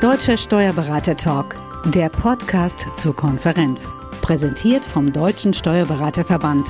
Deutscher Steuerberater-Talk, der Podcast zur Konferenz. Präsentiert vom Deutschen Steuerberaterverband.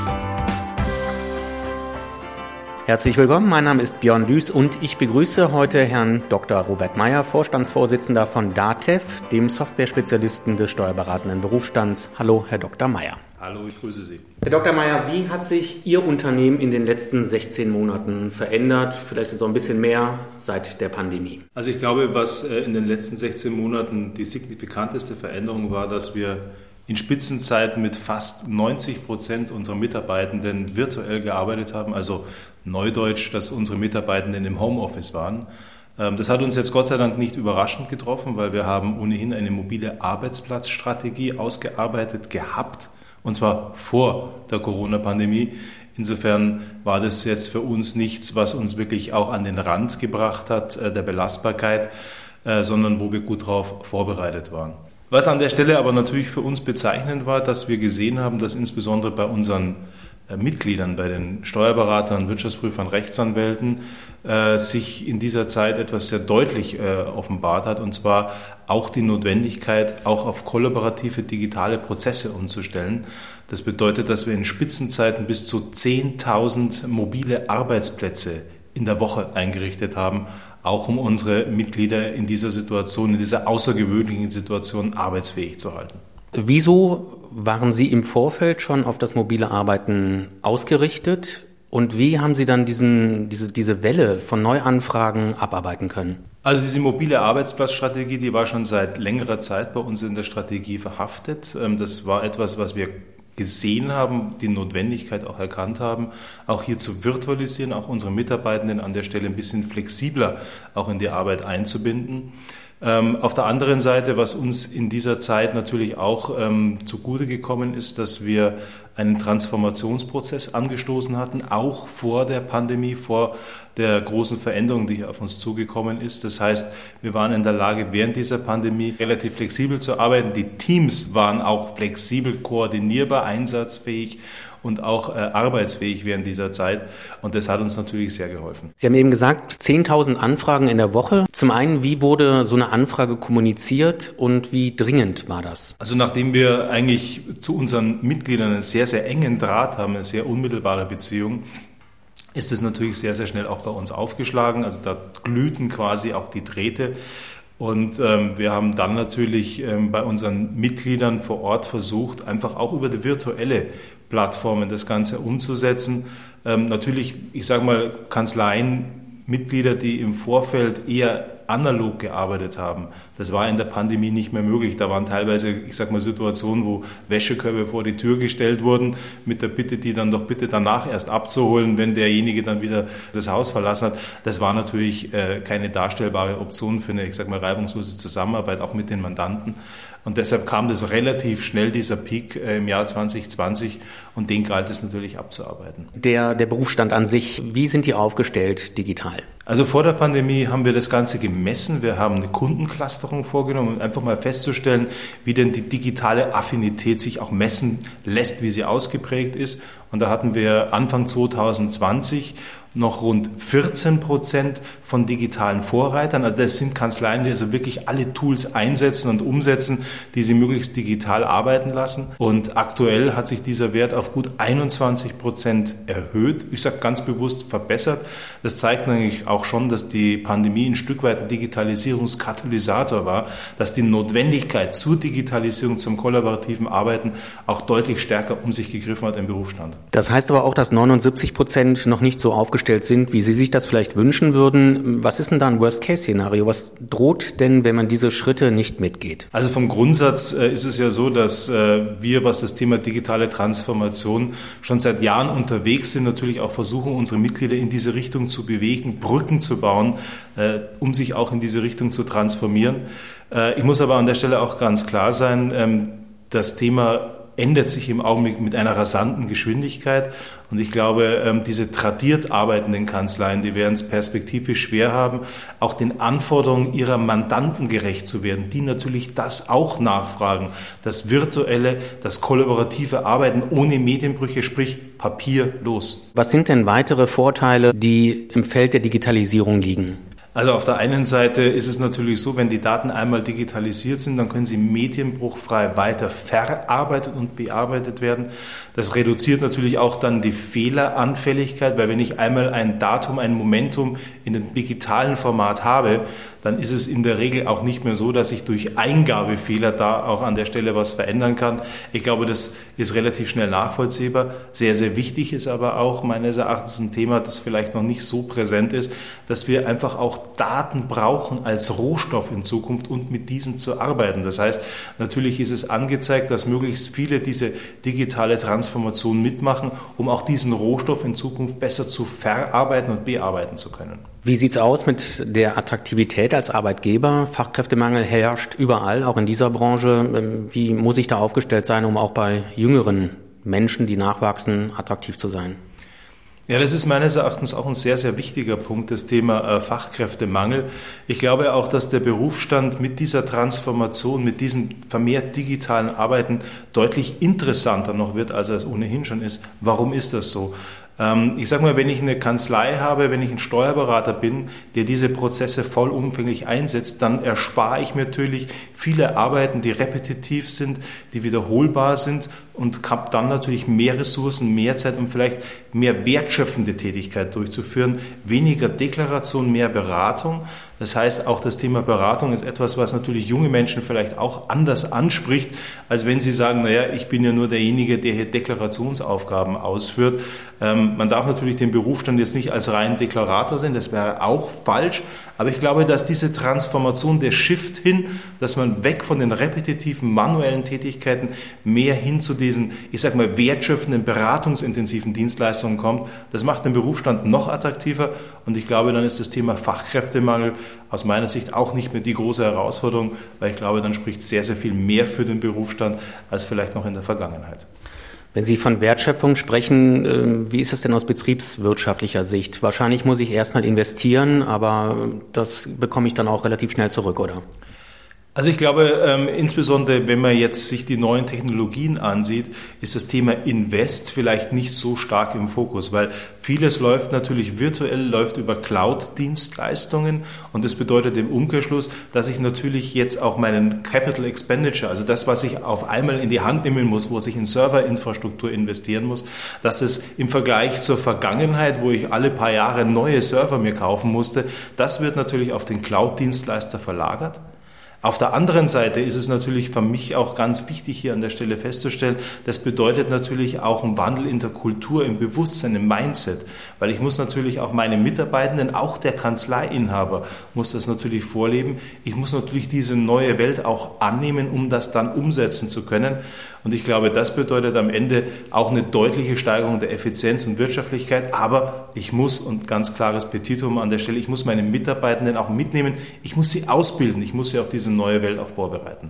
Herzlich willkommen, mein Name ist Björn Lüß und ich begrüße heute Herrn Dr. Robert Meyer, Vorstandsvorsitzender von DATEV, dem Software-Spezialisten des steuerberatenden Berufsstands. Hallo, Herr Dr. Meyer. Hallo, ich grüße Sie. Herr Dr. Meyer, wie hat sich Ihr Unternehmen in den letzten 16 Monaten verändert? Vielleicht so ein bisschen mehr seit der Pandemie. Also ich glaube, was in den letzten 16 Monaten die signifikanteste Veränderung war, dass wir in Spitzenzeiten mit fast 90% unserer Mitarbeitenden virtuell gearbeitet haben, also Neudeutsch, dass unsere Mitarbeitenden im Homeoffice waren. Das hat uns jetzt Gott sei Dank nicht überraschend getroffen, weil wir haben ohnehin eine mobile Arbeitsplatzstrategie ausgearbeitet gehabt, und zwar vor der Corona-Pandemie. Insofern war das jetzt für uns nichts, was uns wirklich auch an den Rand gebracht hat der Belastbarkeit, sondern wo wir gut darauf vorbereitet waren. Was an der Stelle aber natürlich für uns bezeichnend war, dass wir gesehen haben, dass insbesondere bei unseren Mitgliedern, bei den Steuerberatern, Wirtschaftsprüfern, Rechtsanwälten sich in dieser Zeit etwas sehr deutlich offenbart hat, und zwar auch die Notwendigkeit, auch auf kollaborative digitale Prozesse umzustellen. Das bedeutet, dass wir in Spitzenzeiten bis zu 10.000 mobile Arbeitsplätze in der Woche eingerichtet haben, auch um unsere Mitglieder in dieser Situation, in dieser außergewöhnlichen Situation arbeitsfähig zu halten. Wieso waren Sie im Vorfeld schon auf das mobile Arbeiten ausgerichtet und wie haben Sie dann diese Welle von Neuanfragen abarbeiten können? Also diese mobile Arbeitsplatzstrategie, die war schon seit längerer Zeit bei uns in der Strategie verhaftet. Das war etwas, was wir gesehen haben, die Notwendigkeit auch erkannt haben, auch hier zu virtualisieren, auch unsere Mitarbeitenden an der Stelle ein bisschen flexibler auch in die Arbeit einzubinden. Auf der anderen Seite, was uns in dieser Zeit natürlich auch zugute gekommen ist, dass wir einen Transformationsprozess angestoßen hatten, auch vor der Pandemie, vor der großen Veränderung, die hier auf uns zugekommen ist. Das heißt, wir waren in der Lage, während dieser Pandemie relativ flexibel zu arbeiten. Die Teams waren auch flexibel koordinierbar, einsatzfähig und auch arbeitsfähig während dieser Zeit. Und das hat uns natürlich sehr geholfen. Sie haben eben gesagt, 10.000 Anfragen in der Woche. Zum einen, wie wurde so eine Anfrage kommuniziert und wie dringend war das? Also nachdem wir eigentlich zu unseren Mitgliedern einen sehr, sehr engen Draht haben, eine sehr unmittelbare Beziehung, ist es natürlich sehr, sehr schnell auch bei uns aufgeschlagen. Also da glühten quasi auch die Drähte. Und wir haben dann natürlich bei unseren Mitgliedern vor Ort versucht, einfach auch über die virtuelle Plattformen das Ganze umzusetzen. Natürlich, ich sage mal, Kanzleien, Mitglieder, die im Vorfeld eher analog gearbeitet haben. Das war in der Pandemie nicht mehr möglich. Da waren teilweise, ich sag mal, Situationen, wo Wäschekörbe vor die Tür gestellt wurden, mit der Bitte, die dann doch bitte danach erst abzuholen, wenn derjenige dann wieder das Haus verlassen hat. Das war natürlich keine darstellbare Option für eine, ich sag mal, reibungslose Zusammenarbeit, auch mit den Mandanten. Und deshalb kam das relativ schnell, dieser Peak im Jahr 2020, und den galt es natürlich abzuarbeiten. Der Berufsstand an sich, wie sind die aufgestellt digital? Also vor der Pandemie haben wir das Ganze gemessen. Wir haben eine Kundenclusterung vorgenommen, um einfach mal festzustellen, wie denn die digitale Affinität sich auch messen lässt, wie sie ausgeprägt ist. Und da hatten wir Anfang 2020 noch rund 14% von digitalen Vorreitern. Also das sind Kanzleien, die also wirklich alle Tools einsetzen und umsetzen, die sie möglichst digital arbeiten lassen. Und aktuell hat sich dieser Wert auf gut 21% erhöht. Ich sage ganz bewusst verbessert. Das zeigt eigentlich auch schon, dass die Pandemie ein Stück weit ein Digitalisierungskatalysator war, dass die Notwendigkeit zur Digitalisierung, zum kollaborativen Arbeiten auch deutlich stärker um sich gegriffen hat im Berufsstand. Das heißt aber auch, dass 79% noch nicht so aufgestellt sind, wie Sie sich das vielleicht wünschen würden. Was ist denn da ein Worst-Case-Szenario? Was droht denn, wenn man diese Schritte nicht mitgeht? Also vom Grundsatz ist es ja so, dass wir, was das Thema digitale Transformation, schon seit Jahren unterwegs sind, natürlich auch versuchen, unsere Mitglieder in diese Richtung zu bewegen, Brücken zu bauen, um sich auch in diese Richtung zu transformieren. Ich muss aber an der Stelle auch ganz klar sein, das Thema ändert sich im Augenblick mit einer rasanten Geschwindigkeit. Und ich glaube, diese tradiert arbeitenden Kanzleien, die werden es perspektivisch schwer haben, auch den Anforderungen ihrer Mandanten gerecht zu werden, die natürlich das auch nachfragen. Das virtuelle, das kollaborative Arbeiten ohne Medienbrüche, sprich papierlos. Was sind denn weitere Vorteile, die im Feld der Digitalisierung liegen? Also auf der einen Seite ist es natürlich so, wenn die Daten einmal digitalisiert sind, dann können sie medienbruchfrei weiter verarbeitet und bearbeitet werden. Das reduziert natürlich auch dann die Fehleranfälligkeit, weil wenn ich einmal ein Datum, ein Momentum in einem digitalen Format habe, dann ist es in der Regel auch nicht mehr so, dass ich durch Eingabefehler da auch an der Stelle was verändern kann. Ich glaube, das ist relativ schnell nachvollziehbar. Sehr, sehr wichtig ist aber auch meines Erachtens ein Thema, das vielleicht noch nicht so präsent ist, dass wir einfach auch Daten brauchen als Rohstoff in Zukunft und mit diesen zu arbeiten. Das heißt, natürlich ist es angezeigt, dass möglichst viele diese digitale Transformation mitmachen, um auch diesen Rohstoff in Zukunft besser zu verarbeiten und bearbeiten zu können. Wie sieht's aus mit der Attraktivität als Arbeitgeber? Fachkräftemangel herrscht überall, auch in dieser Branche. Wie muss ich da aufgestellt sein, um auch bei jüngeren Menschen, die nachwachsen, attraktiv zu sein? Ja, das ist meines Erachtens auch ein sehr, sehr wichtiger Punkt, das Thema Fachkräftemangel. Ich glaube auch, dass der Berufsstand mit dieser Transformation, mit diesem vermehrt digitalen Arbeiten deutlich interessanter noch wird, als er es ohnehin schon ist. Warum ist das so? Ich sage mal, wenn ich eine Kanzlei habe, wenn ich ein Steuerberater bin, der diese Prozesse vollumfänglich einsetzt, dann erspare ich mir natürlich viele Arbeiten, die repetitiv sind, die wiederholbar sind und habe dann natürlich mehr Ressourcen, mehr Zeit, um vielleicht mehr wertschöpfende Tätigkeit durchzuführen, weniger Deklaration, mehr Beratung. Das heißt, auch das Thema Beratung ist etwas, was natürlich junge Menschen vielleicht auch anders anspricht, als wenn sie sagen, naja, ich bin ja nur derjenige, der hier Deklarationsaufgaben ausführt. Man darf natürlich den Berufsstand jetzt nicht als reinen Deklarator sehen, das wäre auch falsch. Aber ich glaube, dass diese Transformation, der Shift hin, dass man weg von den repetitiven manuellen Tätigkeiten mehr hin zu diesen, ich sag mal, wertschöpfenden, beratungsintensiven Dienstleistungen kommt, das macht den Berufsstand noch attraktiver. Und ich glaube, dann ist das Thema Fachkräftemangel aus meiner Sicht auch nicht mehr die große Herausforderung, weil ich glaube, dann spricht sehr, sehr viel mehr für den Berufsstand als vielleicht noch in der Vergangenheit. Wenn Sie von Wertschöpfung sprechen, wie ist es denn aus betriebswirtschaftlicher Sicht? Wahrscheinlich muss ich erstmal investieren, aber das bekomme ich dann auch relativ schnell zurück, oder? Also ich glaube, insbesondere wenn man jetzt sich die neuen Technologien ansieht, ist das Thema Invest vielleicht nicht so stark im Fokus, weil vieles läuft natürlich virtuell, läuft über Cloud-Dienstleistungen und das bedeutet im Umkehrschluss, dass ich natürlich jetzt auch meinen Capital Expenditure, also das, was ich auf einmal in die Hand nehmen muss, wo ich in Serverinfrastruktur investieren muss, dass das im Vergleich zur Vergangenheit, wo ich alle paar Jahre neue Server mir kaufen musste, das wird natürlich auf den Cloud-Dienstleister verlagert. Auf der anderen Seite ist es natürlich für mich auch ganz wichtig, hier an der Stelle festzustellen, das bedeutet natürlich auch einen Wandel in der Kultur, im Bewusstsein, im Mindset, weil ich muss natürlich auch meine Mitarbeitenden, auch der Kanzleiinhaber muss das natürlich vorleben. Ich muss natürlich diese neue Welt auch annehmen, um das dann umsetzen zu können. Und ich glaube, das bedeutet am Ende auch eine deutliche Steigerung der Effizienz und Wirtschaftlichkeit. Aber ich muss, und ganz klares Petitum an der Stelle, ich muss meine Mitarbeitenden auch mitnehmen. Ich muss sie ausbilden. Ich muss sie auf diese neue Welt auch vorbereiten.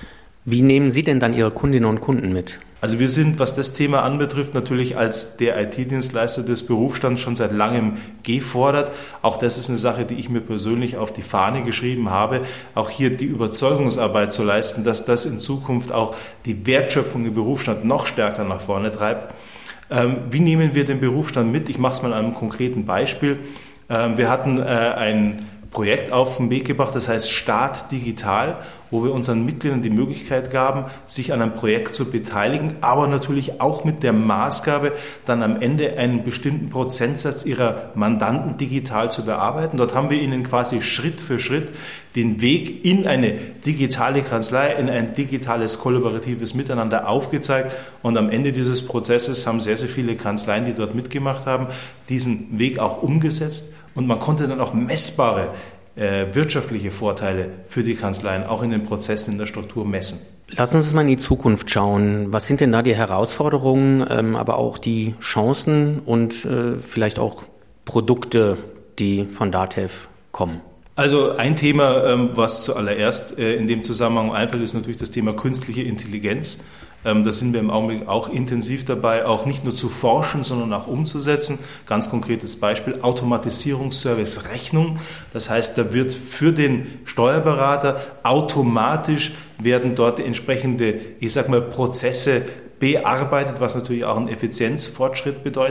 Wie nehmen Sie denn dann Ihre Kundinnen und Kunden mit? Also wir sind, was das Thema anbetrifft, natürlich als der IT-Dienstleister des Berufsstands schon seit langem gefordert. Auch das ist eine Sache, die ich mir persönlich auf die Fahne geschrieben habe, auch hier die Überzeugungsarbeit zu leisten, dass das in Zukunft auch die Wertschöpfung im Berufsstand noch stärker nach vorne treibt. Wie nehmen wir den Berufsstand mit? Ich mache es mal an einem konkreten Beispiel. Wir hatten ein Projekt auf den Weg gebracht, das heißt Start Digital, wo wir unseren Mitgliedern die Möglichkeit gaben, sich an einem Projekt zu beteiligen, aber natürlich auch mit der Maßgabe, dann am Ende einen bestimmten Prozentsatz ihrer Mandanten digital zu bearbeiten. Dort haben wir ihnen quasi Schritt für Schritt den Weg in eine digitale Kanzlei, in ein digitales kollaboratives Miteinander aufgezeigt. Und am Ende dieses Prozesses haben sehr, sehr viele Kanzleien, die dort mitgemacht haben, diesen Weg auch umgesetzt. Und man konnte dann auch messbare wirtschaftliche Vorteile für die Kanzleien auch in den Prozessen in der Struktur messen. Lassen Sie uns mal in die Zukunft schauen. Was sind denn da die Herausforderungen, aber auch die Chancen und vielleicht auch Produkte, die von DATEV kommen? Also ein Thema, was zuallererst in dem Zusammenhang einfällt, ist natürlich das Thema künstliche Intelligenz. Da sind wir im Augenblick auch intensiv dabei, auch nicht nur zu forschen, sondern auch umzusetzen. Ganz konkretes Beispiel, Automatisierungsservice Rechnung. Das heißt, da wird für den Steuerberater automatisch werden dort entsprechende, ich sag mal, Prozesse bearbeitet, was natürlich auch einen Effizienzfortschritt bedeutet.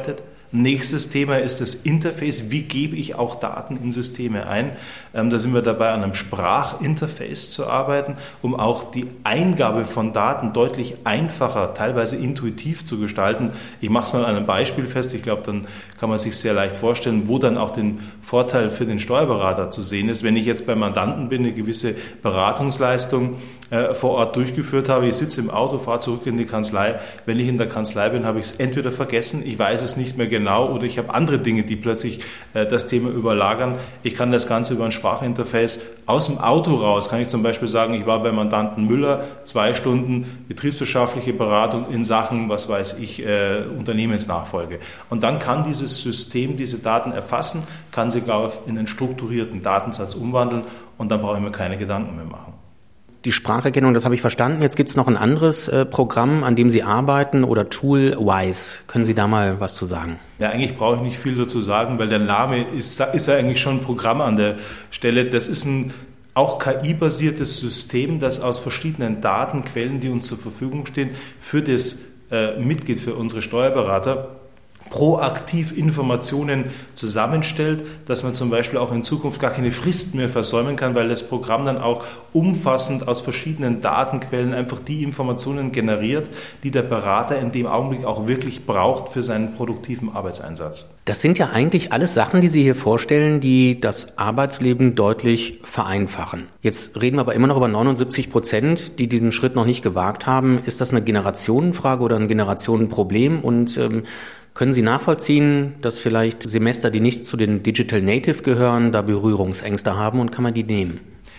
Nächstes Thema ist das Interface. Wie gebe ich auch Daten in Systeme ein? Da sind wir dabei, an einem Sprachinterface zu arbeiten, um auch die Eingabe von Daten deutlich einfacher, teilweise intuitiv zu gestalten. Ich mache es mal an einem Beispiel fest. Ich glaube, dann kann man sich sehr leicht vorstellen, wo dann auch den Vorteil für den Steuerberater zu sehen ist. Wenn ich jetzt beim Mandanten bin, eine gewisse Beratungsleistung vor Ort durchgeführt habe, ich sitze im Auto, fahre zurück in die Kanzlei. Wenn ich in der Kanzlei bin, habe ich es entweder vergessen, ich weiß es nicht mehr genau oder ich habe andere Dinge, die plötzlich das Thema überlagern. Ich kann das Ganze über ein Sprachinterface aus dem Auto raus, kann ich zum Beispiel sagen, ich war beim Mandanten Müller, 2 Stunden betriebswirtschaftliche Beratung in Sachen, was weiß ich, Unternehmensnachfolge. Und dann kann dieses System diese Daten erfassen, kann sie, glaube ich, in einen strukturierten Datensatz umwandeln und dann brauche ich mir keine Gedanken mehr machen. Die Spracherkennung, das habe ich verstanden. Jetzt gibt es noch ein anderes Programm, an dem Sie arbeiten, oder Tool Wise. Können Sie da mal was zu sagen? Ja, eigentlich brauche ich nicht viel dazu sagen, weil der Name ist ja eigentlich schon ein Programm an der Stelle. Das ist ein auch KI-basiertes System, das aus verschiedenen Datenquellen, die uns zur Verfügung stehen, für das Mitglied, für unsere Steuerberater, proaktiv Informationen zusammenstellt, dass man zum Beispiel auch in Zukunft gar keine Frist mehr versäumen kann, weil das Programm dann auch umfassend aus verschiedenen Datenquellen einfach die Informationen generiert, die der Berater in dem Augenblick auch wirklich braucht für seinen produktiven Arbeitseinsatz. Das sind ja eigentlich alles Sachen, die Sie hier vorstellen, die das Arbeitsleben deutlich vereinfachen. Jetzt reden wir aber immer noch über 79%, die diesen Schritt noch nicht gewagt haben. Ist das eine Generationenfrage oder ein Generationenproblem? Und können Sie nachvollziehen, dass vielleicht Semester, die nicht zu den Digital Native gehören, da Berührungsängste haben, und kann man die nehmen?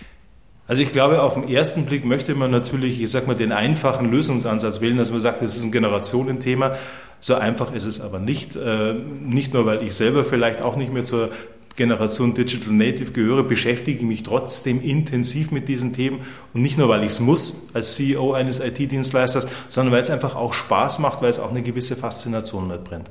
Also ich glaube, auf den ersten Blick möchte man natürlich, den einfachen Lösungsansatz wählen, dass man sagt, das ist ein Generationenthema. So einfach ist es aber nicht. Nicht nur, weil ich selber vielleicht auch nicht mehr zur Generation Digital Native gehöre, beschäftige ich mich trotzdem intensiv mit diesen Themen, und nicht nur, weil ich es muss als CEO eines IT-Dienstleisters, sondern weil es einfach auch Spaß macht, weil es auch eine gewisse Faszination mitbringt.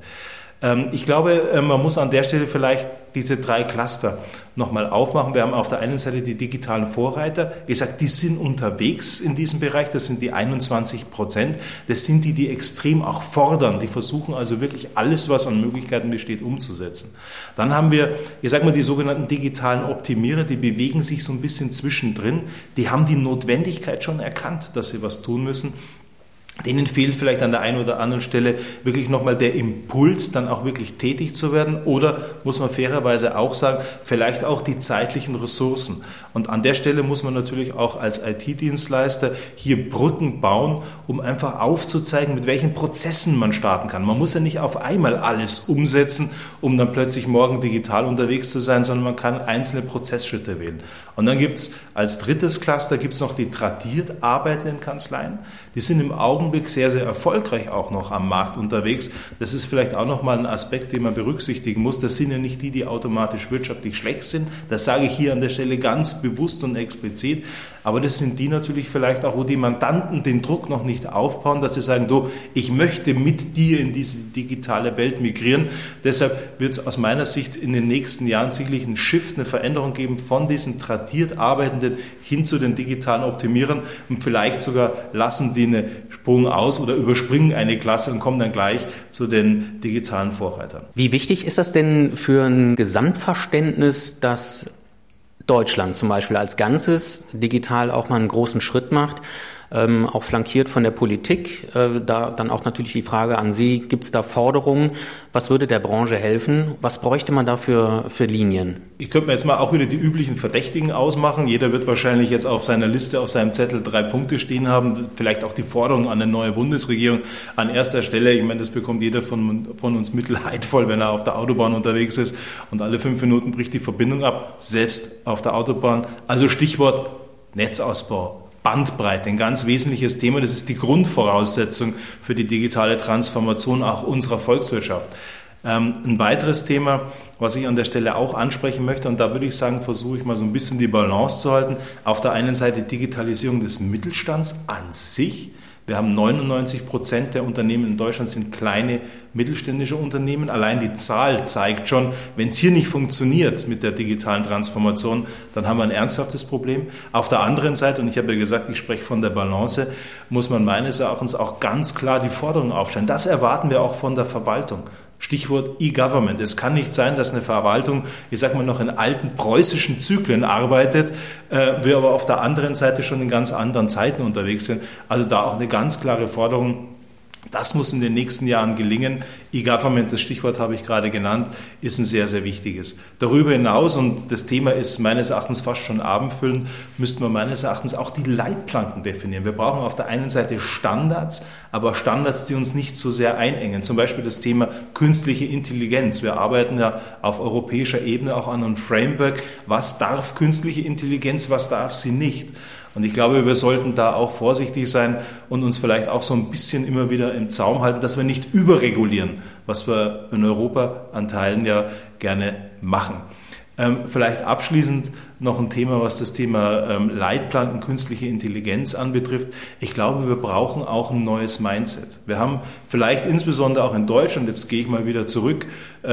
Ich glaube, man muss an der Stelle vielleicht diese 3 Cluster nochmal aufmachen. Wir haben auf der einen Seite die digitalen Vorreiter. Wie gesagt, die sind unterwegs in diesem Bereich. Das sind die 21%. Das sind die extrem auch fordern. Die versuchen also wirklich alles, was an Möglichkeiten besteht, umzusetzen. Dann haben wir, die sogenannten digitalen Optimierer. Die bewegen sich so ein bisschen zwischendrin. Die haben die Notwendigkeit schon erkannt, dass sie was tun müssen. Denen fehlt vielleicht an der einen oder anderen Stelle wirklich nochmal der Impuls, dann auch wirklich tätig zu werden, oder, muss man fairerweise auch sagen, vielleicht auch die zeitlichen Ressourcen. Und an der Stelle muss man natürlich auch als IT-Dienstleister hier Brücken bauen, um einfach aufzuzeigen, mit welchen Prozessen man starten kann. Man muss ja nicht auf einmal alles umsetzen, um dann plötzlich morgen digital unterwegs zu sein, sondern man kann einzelne Prozessschritte wählen. Und dann gibt es als drittes Cluster noch die tradiert arbeitenden Kanzleien. Die sind im Augenblick sehr, sehr erfolgreich auch noch am Markt unterwegs. Das ist vielleicht auch nochmal ein Aspekt, den man berücksichtigen muss. Das sind ja nicht die automatisch wirtschaftlich schlecht sind. Das sage ich hier an der Stelle ganz bewusst und explizit. Aber das sind die natürlich vielleicht auch, wo die Mandanten den Druck noch nicht aufbauen, dass sie sagen, ich möchte mit dir in diese digitale Welt migrieren. Deshalb wird es aus meiner Sicht in den nächsten Jahren sicherlich einen Shift, eine Veränderung geben von diesen tradiert Arbeitenden hin zu den digitalen Optimierern, und vielleicht sogar lassen die einen Sprung aus oder überspringen eine Klasse und kommen dann gleich zu den digitalen Vorreitern. Wie wichtig ist das denn für ein Gesamtverständnis, dass Deutschland zum Beispiel als Ganzes digital auch mal einen großen Schritt macht, auch flankiert von der Politik? Da dann auch natürlich die Frage an Sie, gibt es da Forderungen? Was würde der Branche helfen? Was bräuchte man da für Linien? Ich könnte mir jetzt mal auch wieder die üblichen Verdächtigen ausmachen. Jeder wird wahrscheinlich jetzt auf seiner Liste, auf seinem Zettel 3 Punkte stehen haben. Vielleicht auch die Forderung an eine neue Bundesregierung an erster Stelle. Ich meine, das bekommt jeder von uns mitleidvoll, wenn er auf der Autobahn unterwegs ist und alle 5 Minuten bricht die Verbindung ab, selbst auf der Autobahn. Also Stichwort Netzausbau. Bandbreite, ein ganz wesentliches Thema. Das ist die Grundvoraussetzung für die digitale Transformation auch unserer Volkswirtschaft. Ein weiteres Thema, was ich an der Stelle auch ansprechen möchte, und da würde ich sagen, versuche ich mal so ein bisschen die Balance zu halten. Auf der einen Seite Digitalisierung des Mittelstands an sich. Wir haben 99% der Unternehmen in Deutschland sind kleine mittelständische Unternehmen. Allein die Zahl zeigt schon, wenn es hier nicht funktioniert mit der digitalen Transformation, dann haben wir ein ernsthaftes Problem. Auf der anderen Seite, und ich habe ja gesagt, ich spreche von der Balance, muss man meines Erachtens auch ganz klar die Forderungen aufstellen. Das erwarten wir auch von der Verwaltung. Stichwort E-Government. Es kann nicht sein, dass eine Verwaltung, ich sag mal, noch in alten preußischen Zyklen arbeitet, wir aber auf der anderen Seite schon in ganz anderen Zeiten unterwegs sind. Also da auch eine ganz klare Forderung. Das muss in den nächsten Jahren gelingen. E-Government, das Stichwort habe ich gerade genannt, ist ein sehr, sehr wichtiges. Darüber hinaus, und das Thema ist meines Erachtens fast schon abendfüllend, müssten wir meines Erachtens auch die Leitplanken definieren. Wir brauchen auf der einen Seite Standards, aber Standards, die uns nicht so sehr einengen. Zum Beispiel das Thema künstliche Intelligenz. Wir arbeiten ja auf europäischer Ebene auch an einem Framework. Was darf künstliche Intelligenz, was darf sie nicht? Und ich glaube, wir sollten da auch vorsichtig sein und uns vielleicht auch so ein bisschen immer wieder im Zaum halten, dass wir nicht überregulieren, was wir in Europa an Teilen ja gerne machen. Vielleicht abschließend noch ein Thema, was das Thema Leitplanken, künstliche Intelligenz anbetrifft. Ich glaube, wir brauchen auch ein neues Mindset. Wir haben vielleicht insbesondere auch in Deutschland, jetzt gehe ich mal wieder zurück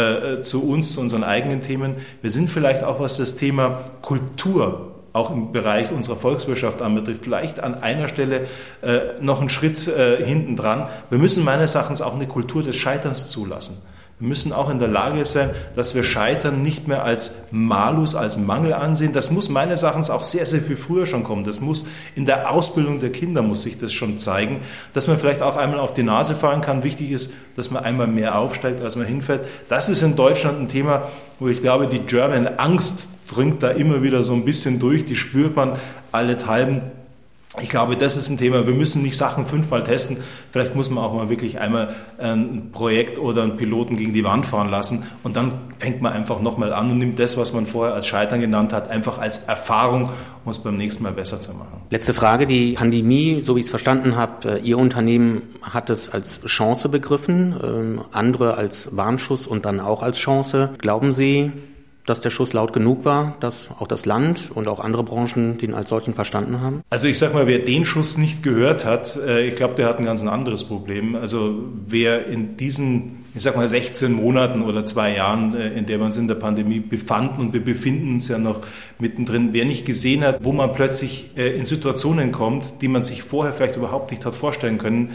zu uns, zu unseren eigenen Themen, wir sind vielleicht auch, was das Thema Kultur auch im Bereich unserer Volkswirtschaft anbetrifft, vielleicht an einer Stelle noch einen Schritt hinten dran. Wir müssen meines Erachtens auch eine Kultur des Scheiterns zulassen. Wir müssen auch in der Lage sein, dass wir Scheitern nicht mehr als Malus, als Mangel ansehen. Das muss meines Erachtens auch sehr, sehr viel früher schon kommen. Das muss in der Ausbildung der Kinder muss sich das schon zeigen, dass man vielleicht auch einmal auf die Nase fallen kann. Wichtig ist, dass man einmal mehr aufsteigt, als man hinfällt. Das ist in Deutschland ein Thema, wo ich glaube, die German Angst dringt da immer wieder so ein bisschen durch. Die spürt man allenthalben. Ich glaube, das ist ein Thema. Wir müssen nicht Sachen 5-mal testen. Vielleicht muss man auch mal wirklich einmal ein Projekt oder einen Piloten gegen die Wand fahren lassen und dann fängt man einfach nochmal an und nimmt das, was man vorher als Scheitern genannt hat, einfach als Erfahrung, um es beim nächsten Mal besser zu machen. Letzte Frage. Die Pandemie, so wie ich es verstanden habe, Ihr Unternehmen hat es als Chance begriffen, andere als Warnschuss und dann auch als Chance. Glauben Sie, dass der Schuss laut genug war, dass auch das Land und auch andere Branchen den als solchen verstanden haben? Also ich sag mal, wer den Schuss nicht gehört hat, ich glaube, der hat ein ganz anderes Problem. Also wer in diesen, ich sag mal, 16 Monaten oder 2 Jahren, in der wir uns in der Pandemie befanden und wir befinden uns ja noch mittendrin, wer nicht gesehen hat, wo man plötzlich in Situationen kommt, die man sich vorher vielleicht überhaupt nicht hat vorstellen können,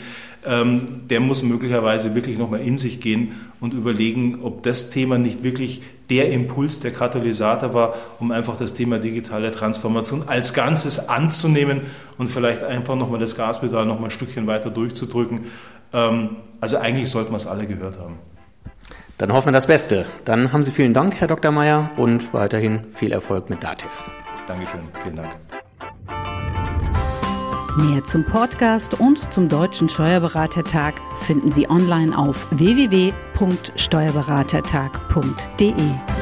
der muss möglicherweise wirklich nochmal in sich gehen und überlegen, ob das Thema nicht wirklich der Impuls, der Katalysator war, um einfach das Thema digitale Transformation als Ganzes anzunehmen und vielleicht einfach nochmal das Gaspedal nochmal ein Stückchen weiter durchzudrücken. Also eigentlich sollten wir es alle gehört haben. Dann hoffen wir das Beste. Dann haben Sie vielen Dank, Herr Dr. Meyer, und weiterhin viel Erfolg mit DATEV. Dankeschön, vielen Dank. Mehr zum Podcast und zum Deutschen Steuerberatertag finden Sie online auf www.steuerberatertag.de.